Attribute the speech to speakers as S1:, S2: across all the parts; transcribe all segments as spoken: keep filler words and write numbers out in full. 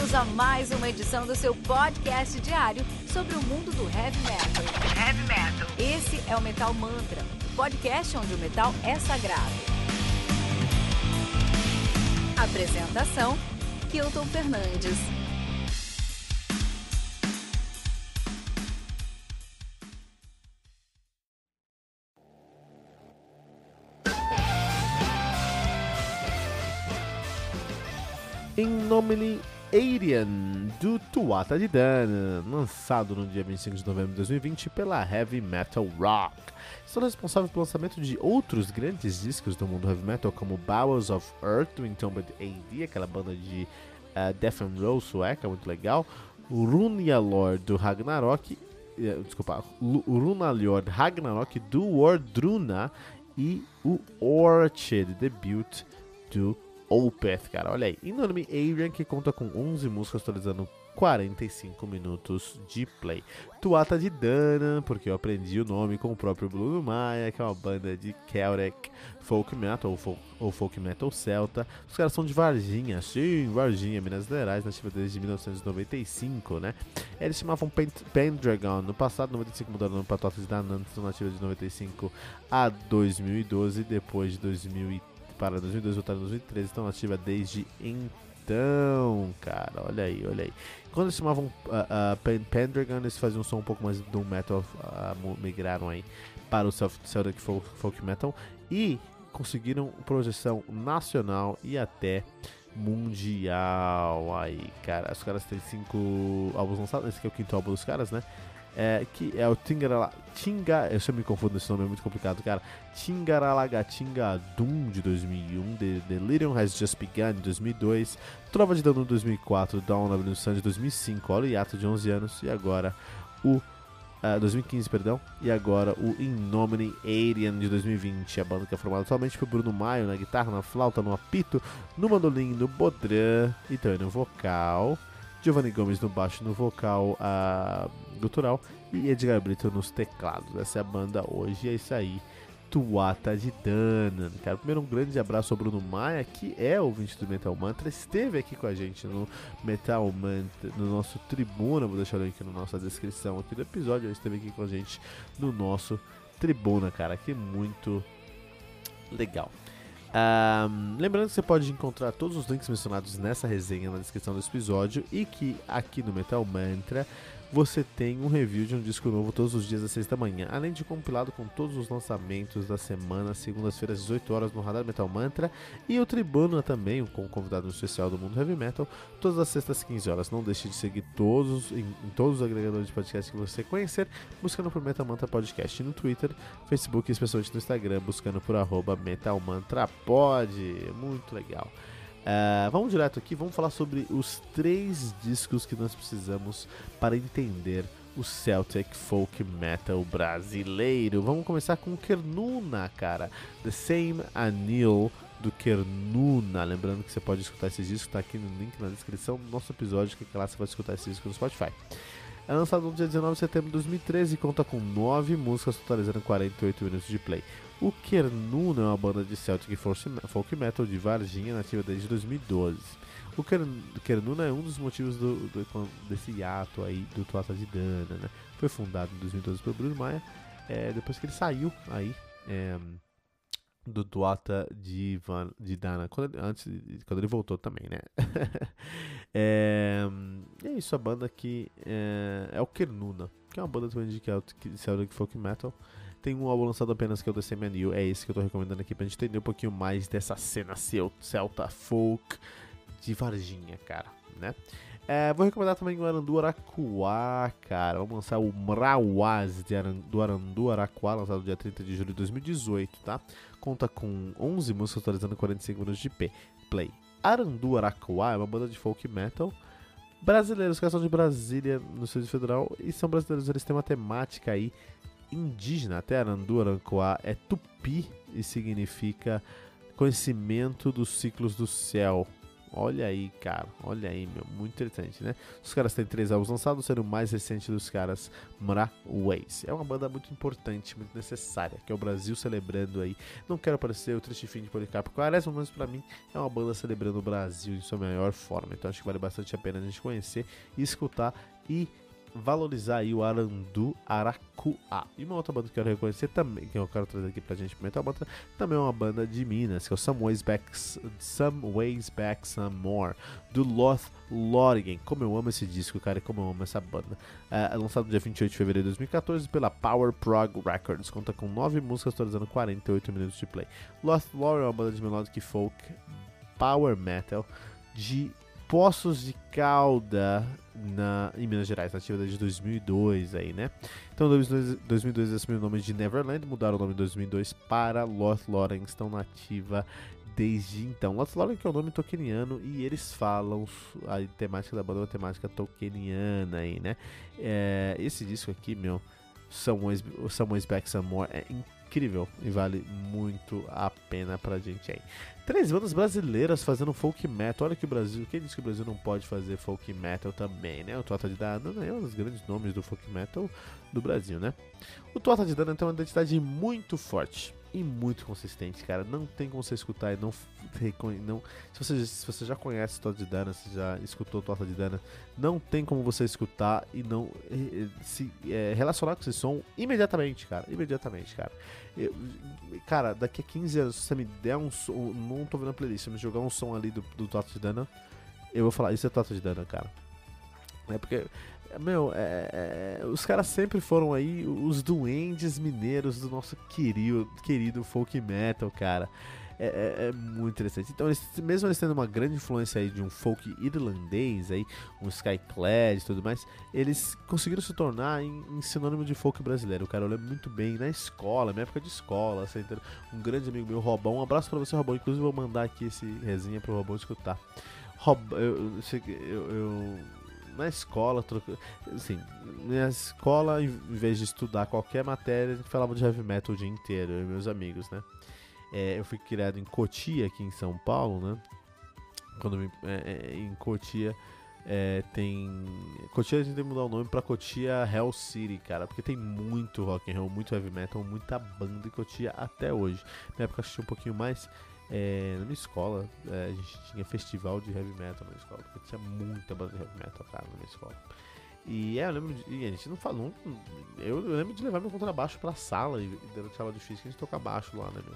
S1: Bem-vindos a mais uma edição do seu podcast diário sobre o mundo do heavy metal. Heavy metal. Esse é o Metal Mantra, o podcast onde o metal é sagrado. Apresentação: Kilton Fernandes.
S2: In Nomine Arian, do Tuatha Dé Danann, lançado no dia vinte e cinco de novembro de dois mil e vinte pela Heavy Metal Rock. São responsáveis pelo lançamento de outros grandes discos do mundo heavy metal, como Bowels of Earth, do Entombed A D, aquela banda de uh, Death and Roll sueca, muito legal, o Runalord do Ragnarok, uh, desculpa, o Runalord Ragnarok do Wardruna e o Orchid, debut do Opeth, cara, olha aí. In Nomine Arian, que conta com onze músicas, totalizando quarenta e cinco minutos de play. Tuatha Dé Danann, porque eu aprendi o nome com o próprio Bruno Maia, que é uma banda de Celtic folk metal, ou folk, ou folk metal celta. Os caras são de Varginha, sim, Varginha, Minas Gerais, nativa desde mil novecentos e noventa e cinco, né? Eles chamavam Pendragon no passado, noventa e cinco mudaram para Tuatha Dé Danann, são nativos de noventa e cinco a dois mil e doze, depois de dois mil e para dois mil e doze, voltaram em dois mil e treze, estão ativa desde então, cara, olha aí, olha aí. Quando eles chamavam uh, uh, Pendragon, eles faziam um som um pouco mais do metal, uh, migraram aí para o Celtic folk, folk Metal e conseguiram projeção nacional e até mundial aí, cara. Os caras têm cinco álbuns lançados, esse aqui é o quinto álbum dos caras, né? É, que é o Tingara, Tinga, eu sempre me confundo, esse nome é muito complicado, cara. Tingaralagatinga Doom de dois mil e um, The, The Lyrium Has Just Begun de dois mil e dois, Trova de Dano de dois mil e quatro, Dawn of the Sun de dois mil e cinco, olha o hiato de onze anos, e agora o uh, dois mil e quinze, perdão, e agora o In Nomine Arian de dois mil e vinte, a banda que é formada atualmente por Bruno Maio na guitarra, na flauta, no apito, no mandolim, no bodrã e também no vocal. Giovanni Gomes no baixo, no vocal uh, gutural e Edgar Brito nos teclados. Essa é a banda hoje, é isso aí, Tuatha Dé Danann. Cara, primeiro um grande abraço ao Bruno Maia, que é ouvinte do Metal Mantra, esteve aqui com a gente no Metal Mantra, no nosso Tribuna, vou deixar o link na nossa descrição aqui do episódio, ele esteve aqui com a gente no nosso Tribuna, cara, que é muito legal. Um, lembrando que você pode encontrar todos os links mencionados nessa resenha na descrição desse episódio e que aqui no Metal Mantra você tem um review de um disco novo todos os dias às seis da manhã, além de compilado com todos os lançamentos da semana, segundas-feiras às dezoito horas no Radar Metal Mantra, e o Tribuna também, com um convidado especial do mundo heavy metal, todas as sextas às quinze horas. Não deixe de seguir todos em, em todos os agregadores de podcast que você conhecer, buscando por Metal Mantra Podcast no Twitter, Facebook e especialmente no Instagram, buscando por arroba Metal Mantra Pod. Muito legal. Uh, vamos direto aqui, vamos falar sobre os três discos que nós precisamos para entender o Celtic Folk Metal brasileiro. Vamos começar com o Kernuna, cara. The Same Anil do Kernuna. Lembrando que você pode escutar esse disco, tá aqui no link na descrição do nosso episódio, que lá você vai escutar esse disco no Spotify. É lançado no dia dezenove de setembro de dois mil e treze e conta com nove músicas, totalizando quarenta e oito minutos de play. O Kernuna é uma banda de Celtic Folk Metal de Varginha, nativa desde dois mil e doze. O Kernuna é um dos motivos do, do, desse hiato aí do Tuatha Dé Danann, né? Foi fundado em dois mil e doze pelo Bruno Maia, é, depois que ele saiu aí é, do Tuatha Dé Danann, quando ele, antes, quando ele voltou também, né? é, é isso, a banda aqui é, é o Kernuna, que é uma banda também de Celtic Folk Metal. Tem um álbum lançado apenas que é o The Same Anil, é esse que eu tô recomendando aqui pra gente entender um pouquinho mais dessa cena celta folk de Varginha, cara, né? É, vou recomendar também o Arandu Araquá, cara. Vamos lançar o Mrawaz de Aran, do Arandu Araquá, lançado no dia trinta de julho de dois mil e dezoito, tá? Conta com onze músicas, atualizando quarenta e cinco minutos de play. Arandu Araquá é uma banda de folk metal brasileira, os caras são de Brasília, no Distrito Federal, e são brasileiros, eles têm uma temática aí indígena. Até Arandu Araquá é tupi e significa conhecimento dos ciclos do céu. Olha aí, cara. Olha aí, meu. Muito interessante, né? Os caras têm três álbuns lançados, sendo o mais recente dos caras, Mara Ways. É uma banda muito importante, muito necessária, que é o Brasil celebrando aí. Não quero parecer o triste fim de Policarpo Quaresma, mas pra mim é uma banda celebrando o Brasil em sua maior forma. Então acho que vale bastante a pena a gente conhecer e escutar e valorizar aí o Arandu Aracuá. E uma outra banda que eu quero reconhecer também, que eu quero trazer aqui pra gente comentar, uma outra, também é uma banda de Minas, que é o Some Ways Back, Some Ways Back Some More, do Loth Lorigen. Como eu amo esse disco, cara, e como eu amo essa banda. É lançado no dia vinte e oito de fevereiro de dois mil e quatorze pela Power Prog Records. Conta com nove músicas, totalizando quarenta e oito minutos de play. Loth Lorigen é uma banda de melodic folk, power metal, de Poços de Calda, na, em Minas Gerais, nativa desde dois mil e dois aí, né? Então, em dois mil e dois assumiu o nome de Neverland, mudaram o nome em dois mil e dois para Loth Lorigen, estão nativa desde então. Loth Lorigen que é o nome tolkieniano e eles falam, a temática da banda é uma temática tolkieniana aí, né? É, esse disco aqui, meu, Some Ways, Some Ways Back Some More, é incrível e vale muito a pena pra gente aí. Três bandas brasileiras fazendo folk metal. Olha que o Brasil, quem disse que o Brasil não pode fazer folk metal também, né? O Tuatha de Danann é um dos grandes nomes do folk metal do Brasil, né? O Tuatha de Danann tem uma identidade muito forte e muito consistente, cara. Não tem como você escutar e não não se você, se você já conhece o Tuatha de Danann, se já escutou o Tuatha de Danann, não tem como você escutar e não se é, relacionar com esse som imediatamente, cara. Imediatamente, cara. Eu, cara, daqui a quinze anos, se você me der um som, não tô vendo a playlist, se me jogar um som ali do, do Tuatha de Danann, eu vou falar, isso é Tuatha de Danann, cara. É porque, meu, é, é, os caras sempre foram aí os duendes mineiros do nosso querido, querido folk metal, cara. É, é, é muito interessante. Então, eles, mesmo eles tendo uma grande influência aí de um folk irlandês, aí, um Skyclad e tudo mais, eles conseguiram se tornar em, em sinônimo de folk brasileiro. Cara, eu lembro muito bem na escola, minha época de escola, assim, um grande amigo meu, Robão. Um abraço pra você, Robão. Inclusive, vou mandar aqui esse resenha pro Robão escutar. Rob, eu, eu, eu, eu na escola, troca, assim, na escola, em vez de estudar qualquer matéria, a gente falava de heavy metal o dia inteiro, eu e meus amigos, né? É, eu fui criado em Cotia, aqui em São Paulo, né? Quando me, é, é, em Cotia é, tem... Cotia a gente tem que mudar o nome pra Cotia Hell City, cara, porque tem muito rock and roll, muito heavy metal, muita banda em Cotia até hoje. Na época eu assisti um pouquinho mais. É, na minha escola, é, a gente tinha festival de heavy metal na minha escola, porque tinha muita banda de heavy metal, cara, na minha escola. E é, eu lembro de, e a gente não falou, eu, eu lembro de levar meu contrabaixo pra sala, e durante a aula de física a gente tocar baixo lá, né, meu?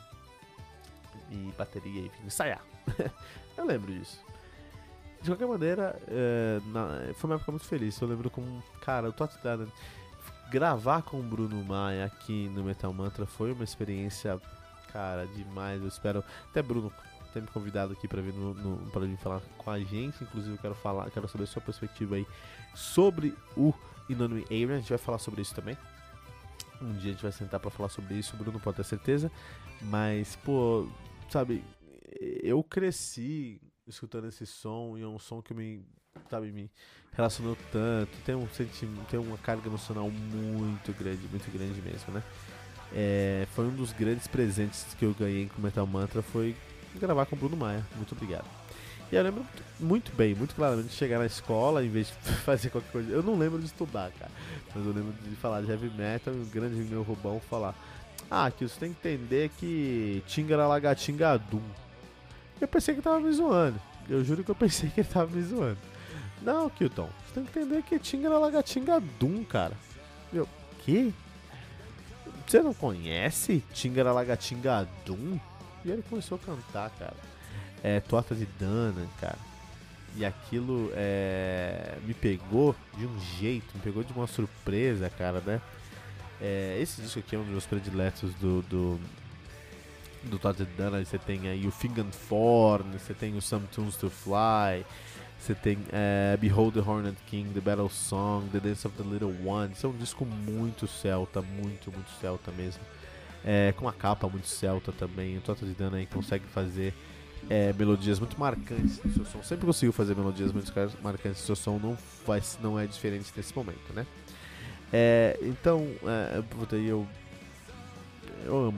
S2: E bateria, enfim, ensaiar. Eu lembro disso. De qualquer maneira, é, na, foi uma época muito feliz. Eu lembro com, cara, o Tuatha de Danann, gravar com o Bruno Maia aqui no Metal Mantra foi uma experiência, cara, demais. Eu espero até Bruno ter me convidado aqui para vir no, no, para vir falar com a gente. Inclusive eu quero falar, quero saber a sua perspectiva aí sobre o Inanimate Alien. A gente vai falar sobre isso também. Um dia a gente vai sentar para falar sobre isso, o Bruno pode ter certeza. Mas, pô, sabe, eu cresci escutando esse som e é um som que me, sabe, me relacionou tanto. Tem um sentimento, tem uma carga emocional muito grande, muito grande mesmo, né? É, foi um dos grandes presentes que eu ganhei com o Metal Mantra, foi gravar com o Bruno Maia. Muito obrigado. E eu lembro muito bem, muito claramente de chegar na escola, em vez de fazer qualquer coisa. Eu não lembro de estudar, cara, mas eu lembro de falar de heavy metal e o grande meu Rubão falar: ah, que você tem que entender que Tingaralagatingadum. Eu pensei que ele tava me zoando. Eu juro que eu pensei que ele tava me zoando. Não, Kilton, você tem que entender que Tingaralagatingadum, cara. Eu, que? Você não conhece Tingaralagatingadum? E ele começou a cantar, cara. É, Tuatha de Danann, cara. E aquilo é, me pegou de um jeito, me pegou de uma surpresa, cara, né? É, esse disco aqui é um dos meus prediletos do, do, do Tuatha de Danann. Você tem aí o Fingenforn, você tem o Some Tunes to Fly, você tem é, Behold the Horned King, The Battle Song, The Dance of the Little One. Isso é um disco muito celta, muito, muito celta mesmo. É, com uma capa muito celta também. O Tuatha de Danann aí consegue fazer é, melodias muito marcantes do seu som. Sempre conseguiu fazer melodias muito marcantes do seu som. Não, vai, não é diferente nesse momento, né? É, então, é, eu, eu, eu amo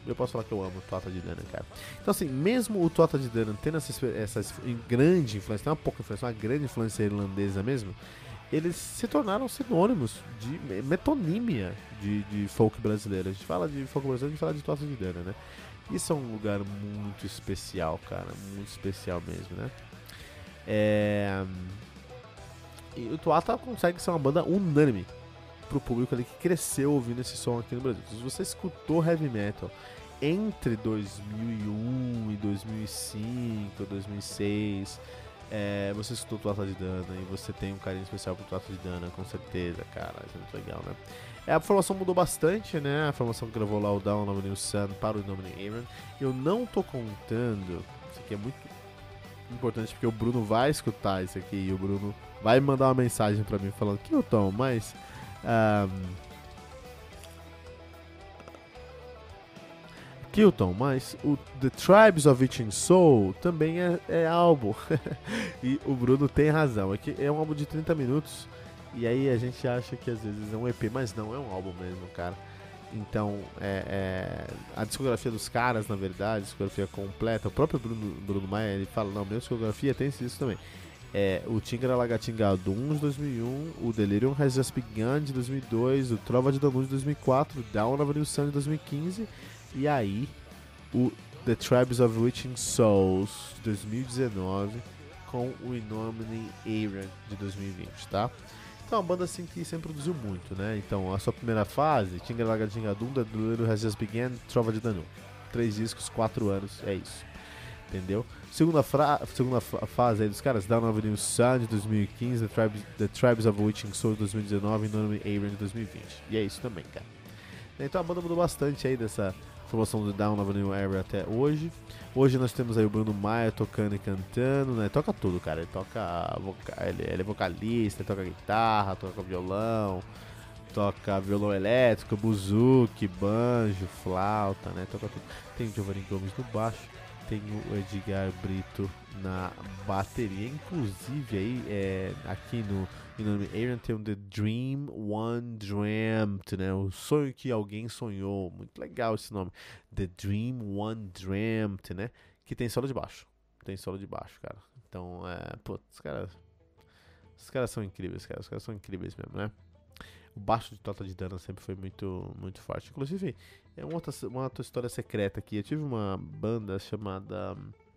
S2: eu posso falar que eu amo o Tuatha Dé Danann, cara. Então assim, mesmo o Tuatha Dé Danann tendo essa, essa grande influência, não uma pouca influência, uma grande influência irlandesa mesmo, eles se tornaram sinônimos de metonímia de, de folk brasileiro. A gente fala de folk brasileiro, a gente fala de Tuatha Dé Danann, né? Isso é um lugar muito especial, cara, muito especial mesmo, né? É... E o Tuatha consegue ser uma banda unânime pro público ali que cresceu ouvindo esse som aqui no Brasil. Se você escutou heavy metal entre dois mil e um e dois mil e cinco, dois mil e seis, é, você escutou o Tuatha Dé Danann e você tem um carinho especial pro Tuatha Dé Danann, com certeza, cara, isso é muito legal, né? É, a formação mudou bastante, né? A formação que gravou lá o Down of the New Sun para o Innomine Aaron. Eu não tô contando, isso aqui é muito importante porque o Bruno vai escutar isso aqui e o Bruno vai mandar uma mensagem pra mim falando que eu tomo, mas um, Kilton, mas o The Tribes of Witching Soul também é, é álbum. E o Bruno tem razão, é que é um álbum de trinta minutos e aí a gente acha que às vezes é um E P, mas não, é um álbum mesmo, cara. Então, é, é, a discografia dos caras, na verdade, a discografia completa, o próprio Bruno, Bruno Maia, ele fala, não, minha discografia tem isso também. É, o Tingara Doom de dois mil e um, o Delirium Has Just Begun de dois mil e dois, o Trova de Danúbio de dois mil e quatro, o Down of a New Sun de dois mil e quinze, e aí o The Tribes of Witching Souls de dois mil e dezenove com o Innomine Aaron de dois mil e vinte, tá? Então é uma banda assim que sempre produziu muito, né? Então a sua primeira fase, Tingara Doom, The Delirium Has Just Begun, Trova de Danúbio. Três discos, quatro anos, é isso. Entendeu? Segunda, fra segunda fase aí dos caras, Down of the New Sun de dois mil e quinze, The Tribes, The Tribes of Witching Soul de dois mil e dezenove e Innomine Aaron de dois mil e vinte. E é isso também, cara. Então a banda mudou bastante aí dessa formação do Down of the New Era até hoje. Hoje nós temos aí o Bruno Maia tocando e cantando, né? Ele toca tudo, cara. Ele toca voca ele, ele é vocalista, ele toca guitarra, toca violão, toca violão elétrico, buzuki, banjo, flauta, né? Toca tudo. Tem o Giovanni Gomes no baixo, tem o Edgar Brito na bateria. Inclusive aí, é, aqui no Innomine Aaron tem o The Dream One Dreamt, né? O sonho que alguém sonhou. Muito legal esse nome. The Dream One Dreamt, né? Que tem solo de baixo. Tem solo de baixo, cara. Então, é... Pô, os caras... Os caras são incríveis, cara. Os caras são incríveis mesmo, né? O baixo de Tuatha Dé Danann sempre foi muito, muito forte. Inclusive, é uma outra, uma outra história secreta aqui. Eu tive uma banda chamada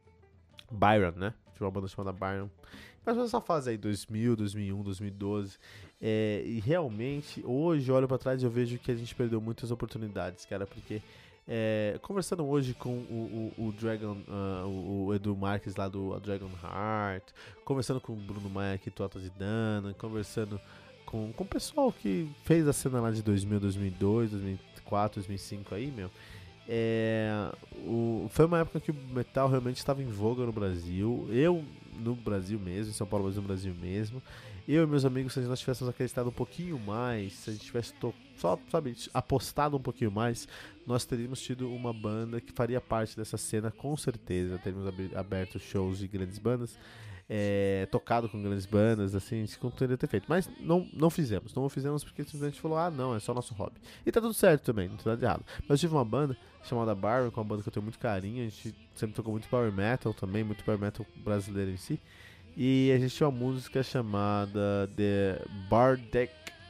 S2: Byron, né? Tive uma banda chamada Byron. Mas nessa fase aí, dois mil, dois mil e um, dois mil e doze. É, e realmente, hoje, eu olho pra trás e eu vejo que a gente perdeu muitas oportunidades, cara. Porque, é, conversando hoje com o, o, o Dragon, uh, o, o Edu Marques lá do Dragon Heart, conversando com o Bruno Maia aqui, Tuatha Dé Danann, conversando com, com o pessoal que fez a cena lá de dois mil, dois mil e dois, dois mil e quatro, dois mil e cinco aí, meu. É, o, foi uma época que o metal realmente estava em voga no Brasil. Eu no Brasil mesmo, em São Paulo, mas no Brasil mesmo. Eu e meus amigos, se nós tivéssemos acreditado um pouquinho mais, se a gente tivesse to- só, sabe, apostado um pouquinho mais, nós teríamos tido uma banda que faria parte dessa cena, com certeza. Teríamos ab- aberto shows de grandes bandas, é, tocado com grandes bandas, assim, isso que poderia ter feito. Mas não, não fizemos, não fizemos porque simplesmente falou, ah não, é só nosso hobby. E tá tudo certo também, não tem nada de errado. Mas eu tive uma banda chamada Byron, com uma banda que eu tenho muito carinho, a gente sempre tocou muito power metal também, muito power metal brasileiro em si. E a gente tinha uma música chamada The Bardic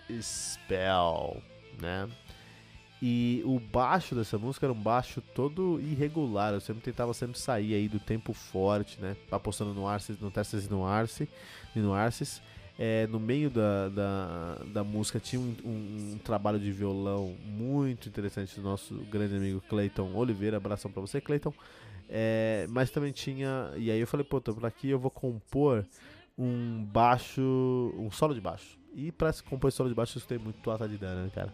S2: Spell, né? E o baixo dessa música era um baixo todo irregular. Eu sempre tentava sempre sair aí do tempo forte, né? Apostando no Arce, no Texas e no Arce, e no Arces. É, no meio da, da, da música tinha um, um, um trabalho de violão muito interessante do nosso grande amigo Clayton Oliveira. Abração pra você, Clayton. É, mas também tinha... E aí eu falei, pô, tô por aqui, eu vou compor um baixo... Um solo de baixo. E pra compor esse solo de baixo eu escutei muito Tuatha Dé Danann, cara.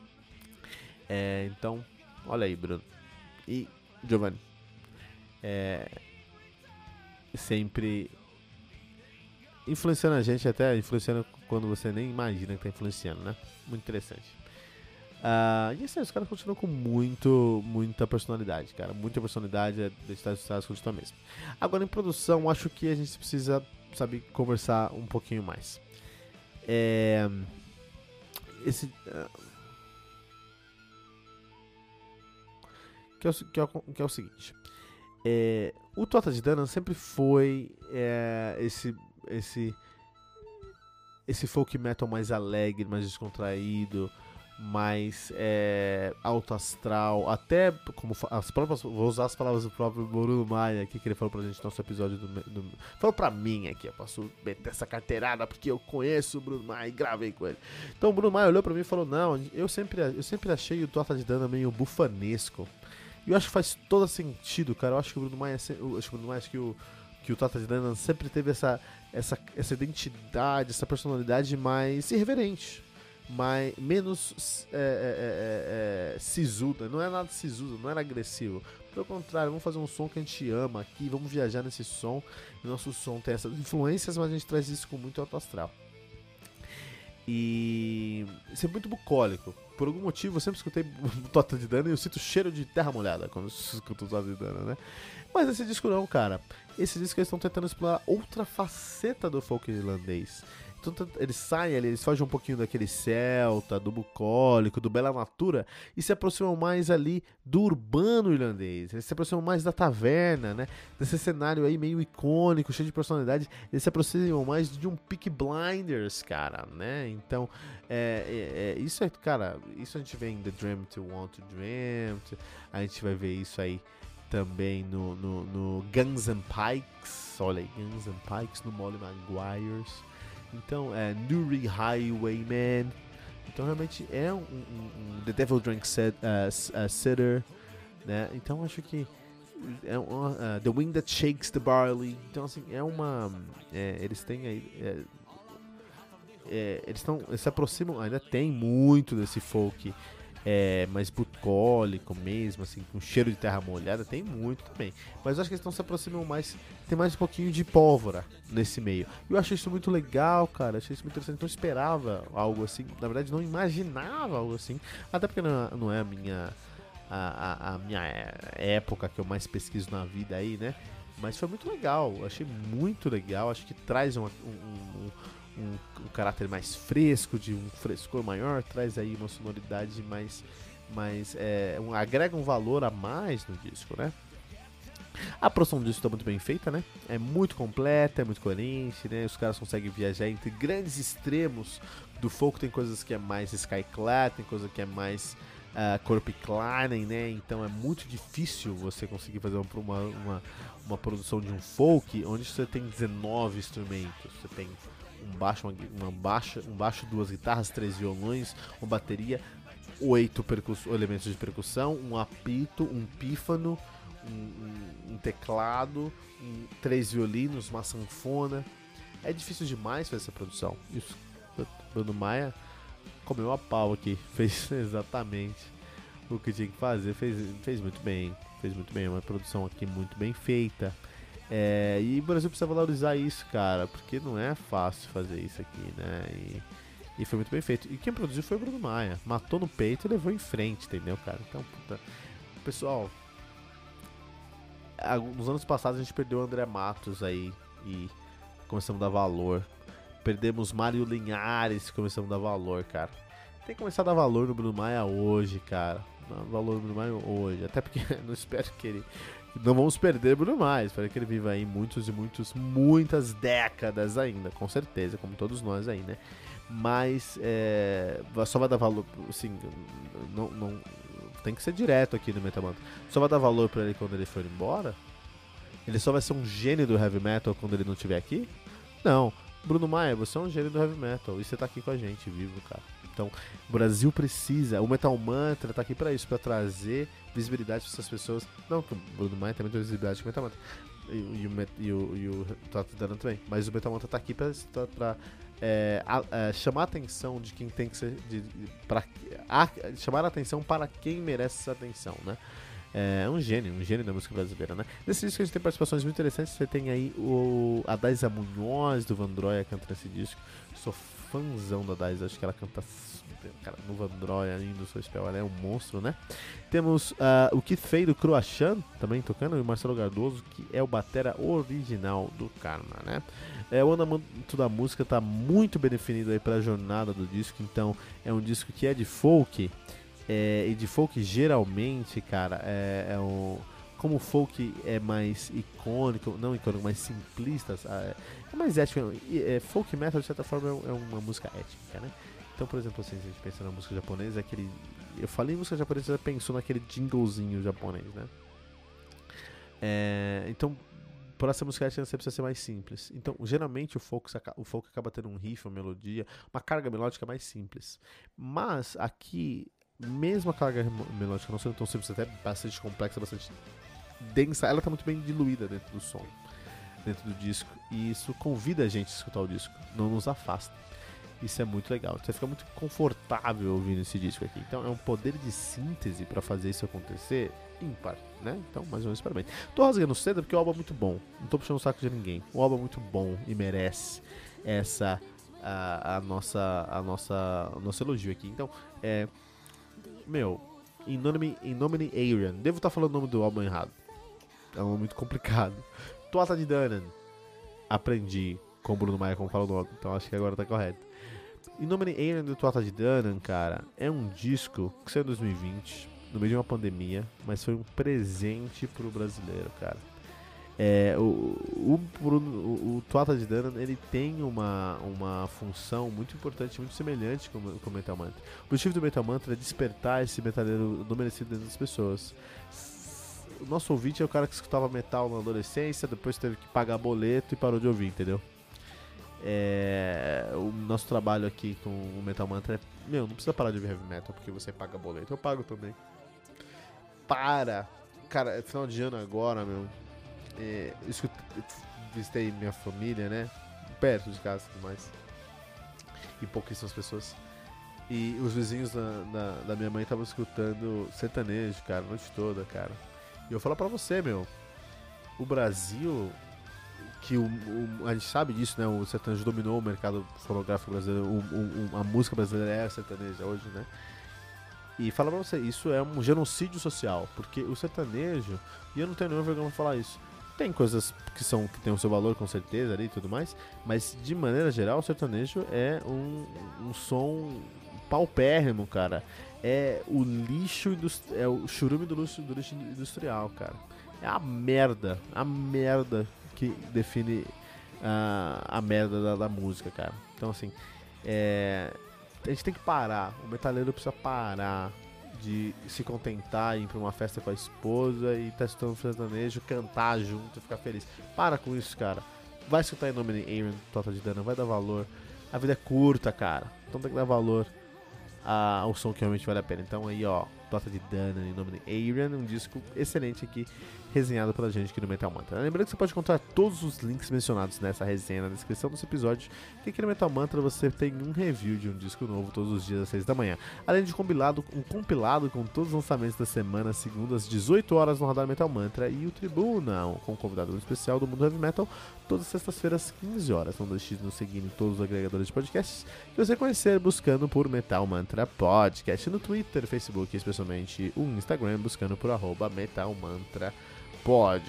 S2: É, então, olha aí, Bruno. E Giovanni. É, sempre influenciando a gente, até influenciando quando você nem imagina que tá influenciando, né? Muito interessante. Uh, e assim, os caras continuam com muito, muita personalidade, cara. Muita personalidade, a identidade dos caras continua mesmo. Agora, em produção, acho que a gente precisa, sabe, conversar um pouquinho mais. É, esse... Uh, que é o, que é o, que é o seguinte. É, o Tota de Danann sempre foi é, esse, esse, esse folk metal mais alegre, mais descontraído, mais é, alto astral, até como as próprias, vou usar as palavras do próprio Bruno Maia aqui, que ele falou pra gente no nosso episódio do, do falou pra mim aqui, eu posso meter essa carteirada porque eu conheço o Bruno Maia e gravei com ele. Então o Bruno Maia olhou pra mim e falou, não, eu sempre, eu sempre achei o Tota de Danann meio bufanesco, e eu acho que faz todo sentido, cara. Eu acho que o Bruno Maia, eu acho que o Bruno Maia, acho que o que o Tota de Danann sempre teve essa, essa, essa identidade, essa personalidade mais irreverente, mais, menos é, é, é, é, sisuda. Não é nada sisuda, não era agressivo. Pelo contrário, vamos fazer um som que a gente ama aqui, vamos viajar nesse som. O nosso som tem essas influências, mas a gente traz isso com muito alto astral. E isso é muito bucólico. Por algum motivo eu sempre escutei o Tota de Danann e eu sinto cheiro de terra molhada quando eu escuto o Tota de Danann, né? Mas esse disco não, cara. Esse disco eles estão tentando explorar outra faceta do folk irlandês. Então eles saem ali, eles fogem um pouquinho daquele celta, do bucólico, do bela natura e se aproximam mais ali do urbano irlandês. Eles se aproximam mais da taverna, né? Desse cenário aí meio icônico, cheio de personalidade. Eles se aproximam mais de um Peaky Blinders, cara, né? Então, é, é, é, isso é, cara, isso a gente vê em The Dream to Want to Dream. A gente vai ver isso aí também no, no, no Guns and Pikes. Olha aí, Guns and Pikes, no Molly Maguires. Então, é Newry Highwayman. Então, realmente é um, um, um The Devil Drank Set, uh, uh, Sitter, né? Então, acho que é uma, uh, The Wind That Shakes the Barley. Então, assim, é uma... É, eles têm aí... É, é, eles, tão, eles se aproximam... Ainda tem muito desse folk é, mais bucólico mesmo, assim, com cheiro de terra molhada. Tem muito também. Mas eu acho que eles estão se aproximando mais... Tem mais um pouquinho de pólvora nesse meio. E eu achei isso muito legal, cara. Achei isso muito interessante. Não esperava algo assim. Na verdade, não imaginava algo assim. Até porque não, não é a minha, a, a, a minha época que eu mais pesquiso na vida aí, né? Mas foi muito legal. Achei muito legal. Acho que traz um, um, um, um, um caráter mais fresco, de um frescor maior. Traz aí uma sonoridade mais... mais é, um, agrega um valor a mais no disco, né? A produção disso está muito bem feita, né? É muito completa, é muito coerente, né? Os caras conseguem viajar entre grandes extremos do folk. Tem coisas que é mais skyclad, tem coisa que é mais uh, corpiclinen, né? Então é muito difícil você conseguir fazer uma, uma, uma produção de um folk onde você tem dezenove instrumentos. Você tem um baixo, uma, uma baixa, um baixo, duas guitarras, três violões, uma bateria, oito elementos de percussão, um apito, um pífano, Um, um, um teclado, um, três violinos, uma sanfona. É difícil demais fazer essa produção. E o Bruno Maia comeu a pau aqui, fez exatamente o que tinha que fazer, fez, fez muito bem, fez muito bem, uma produção aqui muito bem feita. É, e o Brasil precisa valorizar isso, cara, porque não é fácil fazer isso aqui, né? E, e foi muito bem feito. E quem produziu foi o Bruno Maia, matou no peito e levou em frente, entendeu, cara? Então, puta, pessoal, nos anos passados a gente perdeu o André Matos aí e começamos a dar valor. Perdemos Mário Linhares e começamos a dar valor, cara. Tem que começar a dar valor no Bruno Maia hoje, cara. Dar valor no Bruno Maia hoje. Até porque não espero que ele... Não vamos perder Bruno Maia. Espero que ele viva aí muitos e muitos, muitas décadas ainda. Com certeza, como todos nós aí, né? Mas é, só vai dar valor, assim, não... não tem que ser direto aqui no Metamantra. Só vai dar valor pra ele quando ele for embora? Ele só vai ser um gênio do heavy metal quando ele não estiver aqui? Não. Bruno Maia, você é um gênio do heavy metal e você tá aqui com a gente, vivo, cara. Então, o Brasil precisa, o Metal Mantra tá aqui pra isso, pra trazer visibilidade pra essas pessoas. Não, que o Bruno Maia tem muita visibilidade com o Metal Mantra. E, e o, e o, e o Tota de Danann também. Mas o Metal Mantra tá aqui pra... pra É, a, a, chamar a atenção de quem tem que ser de, de, pra, a, chamar a atenção para quem merece essa atenção, né? É um gênio, um gênio da música brasileira, né? Nesse disco a gente tem participações muito interessantes. Você tem aí o, a Daisa Munhoz do Vandroia cantando esse disco. Sou fãzão da Daisa, acho que ela canta, cara, no Vandroia ainda, o seu spell, ela é um monstro, né? Temos uh, o Keith Fay do Croachan também tocando, e o Marcelo Cardoso, que é o batera original do Karma, né? É, o andamento da música tá muito bem definido aí pra jornada do disco, então é um disco que é de folk, É, e de folk, geralmente, cara, é, é um... Como o folk é mais icônico, não icônico, mais simplista, é, é mais ético. É, folk metal, de certa forma, é uma música étnica, né? Então, por exemplo, assim, se a gente pensa na música japonesa, é aquele... Eu falei em música japonesa, você já pensou naquele jinglezinho japonês, né? É, então, por essa música étnica, você precisa ser mais simples. Então, geralmente, o folk, o folk acaba tendo um riff, uma melodia, uma carga melódica mais simples. Mas, aqui, mesmo a carga melódica não sendo tão simples, até bastante complexa, bastante densa, ela tá muito bem diluída dentro do som, dentro do disco, e isso convida a gente a escutar o disco, não nos afasta. Isso é muito legal, você fica muito confortável ouvindo esse disco aqui. Então é um poder de síntese pra fazer isso acontecer ímpar, né? Então, mais ou menos, parabéns. Tô rasgando cedo porque o álbum é muito bom, não tô puxando o saco de ninguém. O álbum é muito bom e merece essa a, a nossa a nossa o nosso elogio aqui. Então, é meu, In Nomine, In Nomine Arian, devo estar falando o nome do álbum errado. É um nome muito complicado. Tuatha Dé Danann. Aprendi com o Bruno Maia como fala o nome, então acho que agora tá correto. In Nomine Arian do Tuatha Dé Danann, cara, é um disco que saiu em dois mil e vinte, no meio de uma pandemia, mas foi um presente pro brasileiro, cara. É, o, o, o, o Tuatha Dé Danann, ele tem uma, uma função muito importante, muito semelhante com, com o Metal Mantra. O objetivo do Metal Mantra é despertar esse metaleiro do merecido dentro das pessoas. O nosso ouvinte é o cara que escutava metal na adolescência, depois teve que pagar boleto e parou de ouvir, entendeu? É, o nosso trabalho aqui com o Metal Mantra é, meu, não precisa parar de ouvir heavy metal porque você paga boleto. Eu pago também. Para! Cara, é final de ano agora, meu. É, eu escutei, visitei minha família, né? Perto de casa e tudo mais. E pouquíssimas pessoas. E os vizinhos da, da, da minha mãe estavam escutando sertanejo, cara, a noite toda, cara. E eu falo pra você, meu, o Brasil, que o, o, a gente sabe disso, né? O sertanejo dominou o mercado fonográfico brasileiro, o, o, a música brasileira é sertaneja hoje, né? E fala pra você, isso é um genocídio social, porque o sertanejo, e eu não tenho nenhuma vergonha pra falar isso, tem coisas que são que tem o seu valor com certeza ali e tudo mais, mas de maneira geral o sertanejo é um, um som paupérrimo, cara. É o lixo, é o churume do lixo, do lixo industrial, cara. É a merda, a merda que define a, a merda da, da música, cara. Então, assim, é, a gente tem que parar, o metaleiro precisa parar de se contentar e ir pra uma festa com a esposa e tá escutando sertanejo, cantar junto e ficar feliz. Para com isso, cara. Vai escutar In Nomine Arian, Tuatha Dé Danann, vai dar valor. A vida é curta, cara. Então tem que dar valor ao som que realmente vale a pena. Então aí, ó, Tuatha Dé Danann, In Nomine Arian, um disco excelente aqui, resenhado pela gente aqui no Metal Mantra. Lembrando que você pode encontrar todos os links mencionados nessa resenha na descrição desse episódio, que aqui no Metal Mantra você tem um review de um disco novo todos os dias às seis da manhã. Além de compilado, um compilado com todos os lançamentos da semana, segundo às dezoito horas no Radar Metal Mantra, e o Tribuna, com um convidado especial do mundo heavy metal, todas as sextas-feiras, quinze horas. Não deixe de nos seguir em todos os agregadores de podcasts que você conhecer buscando por Metal Mantra Podcast, no Twitter, Facebook, especialmente o Instagram, buscando por arroba Metal Mantra Pod.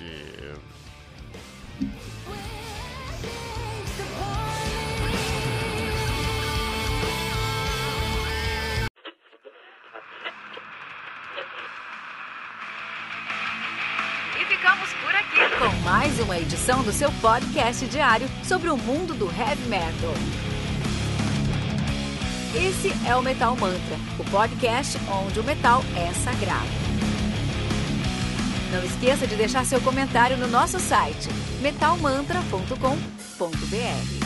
S1: E ficamos por aqui com mais uma edição do seu podcast diário sobre o mundo do heavy metal. Esse é o Metal Mantra, o podcast onde o metal é sagrado. Não esqueça de deixar seu comentário no nosso site metal mantra ponto com ponto b r.